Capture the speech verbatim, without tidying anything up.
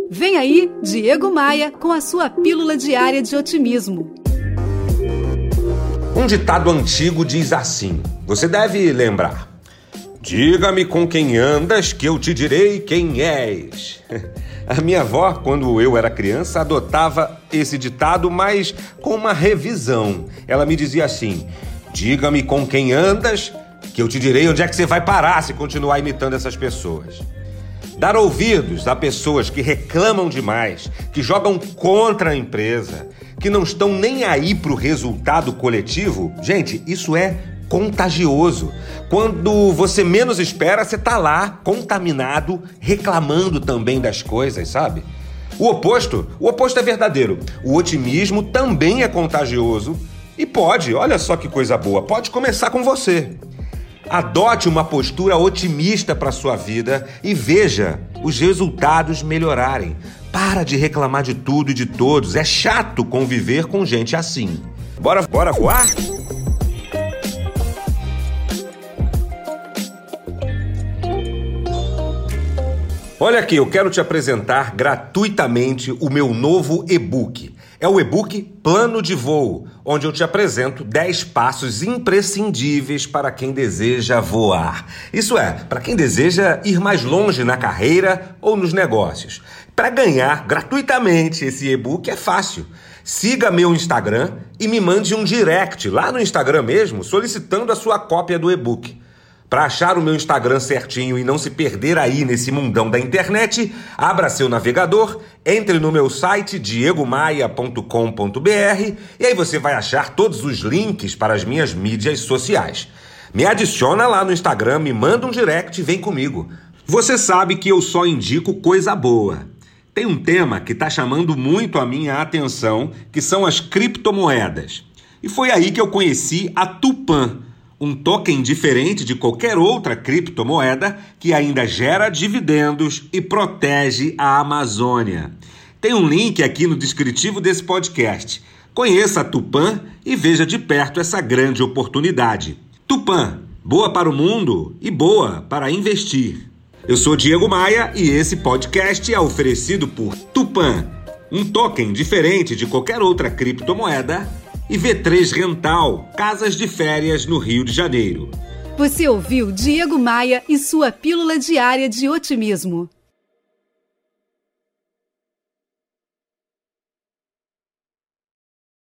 Vem aí, Diego Maia, com a sua pílula diária de otimismo. Um ditado antigo diz assim, você deve lembrar: diga-me com quem andas, que eu te direi quem és. A minha avó, quando eu era criança, adotava esse ditado, mas com uma revisão. Ela me dizia assim: diga-me com quem andas, que eu te direi onde é que você vai parar se continuar imitando essas pessoas. Dar ouvidos a pessoas que reclamam demais, que jogam contra a empresa, que não estão nem aí para o resultado coletivo, gente, isso é contagioso. Quando você menos espera, você tá lá, contaminado, reclamando também das coisas, sabe? O oposto, o oposto é verdadeiro. O otimismo também é contagioso e pode, olha só que coisa boa, pode começar com você. Adote uma postura otimista para sua vida e veja os resultados melhorarem. Para de reclamar de tudo e de todos. É chato conviver com gente assim. Bora, bora voar? Olha aqui, eu quero te apresentar gratuitamente o meu novo e-book. É o e-book Plano de Voo, onde eu te apresento dez passos imprescindíveis para quem deseja voar. Isso é, para quem deseja ir mais longe na carreira ou nos negócios. Para ganhar gratuitamente esse e-book é fácil. Siga meu Instagram e me mande um direct lá no Instagram mesmo, solicitando a sua cópia do e-book. Para achar o meu Instagram certinho e não se perder aí nesse mundão da internet, abra seu navegador, entre no meu site diego maia ponto com ponto b r e aí você vai achar todos os links para as minhas mídias sociais. Me adiciona lá no Instagram, me manda um direct e vem comigo. Você sabe que eu só indico coisa boa. Tem um tema que está chamando muito a minha atenção, que são as criptomoedas. E foi aí que eu conheci a Tupã, um token diferente de qualquer outra criptomoeda que ainda gera dividendos e protege a Amazônia. Tem um link aqui no descritivo desse podcast. Conheça a Tupã e veja de perto essa grande oportunidade. Tupã, boa para o mundo e boa para investir. Eu sou Diego Maia e esse podcast é oferecido por Tupã, um token diferente de qualquer outra criptomoeda, e V três Rental, casas de férias no Rio de Janeiro. Você ouviu Diego Maia e sua pílula diária de otimismo.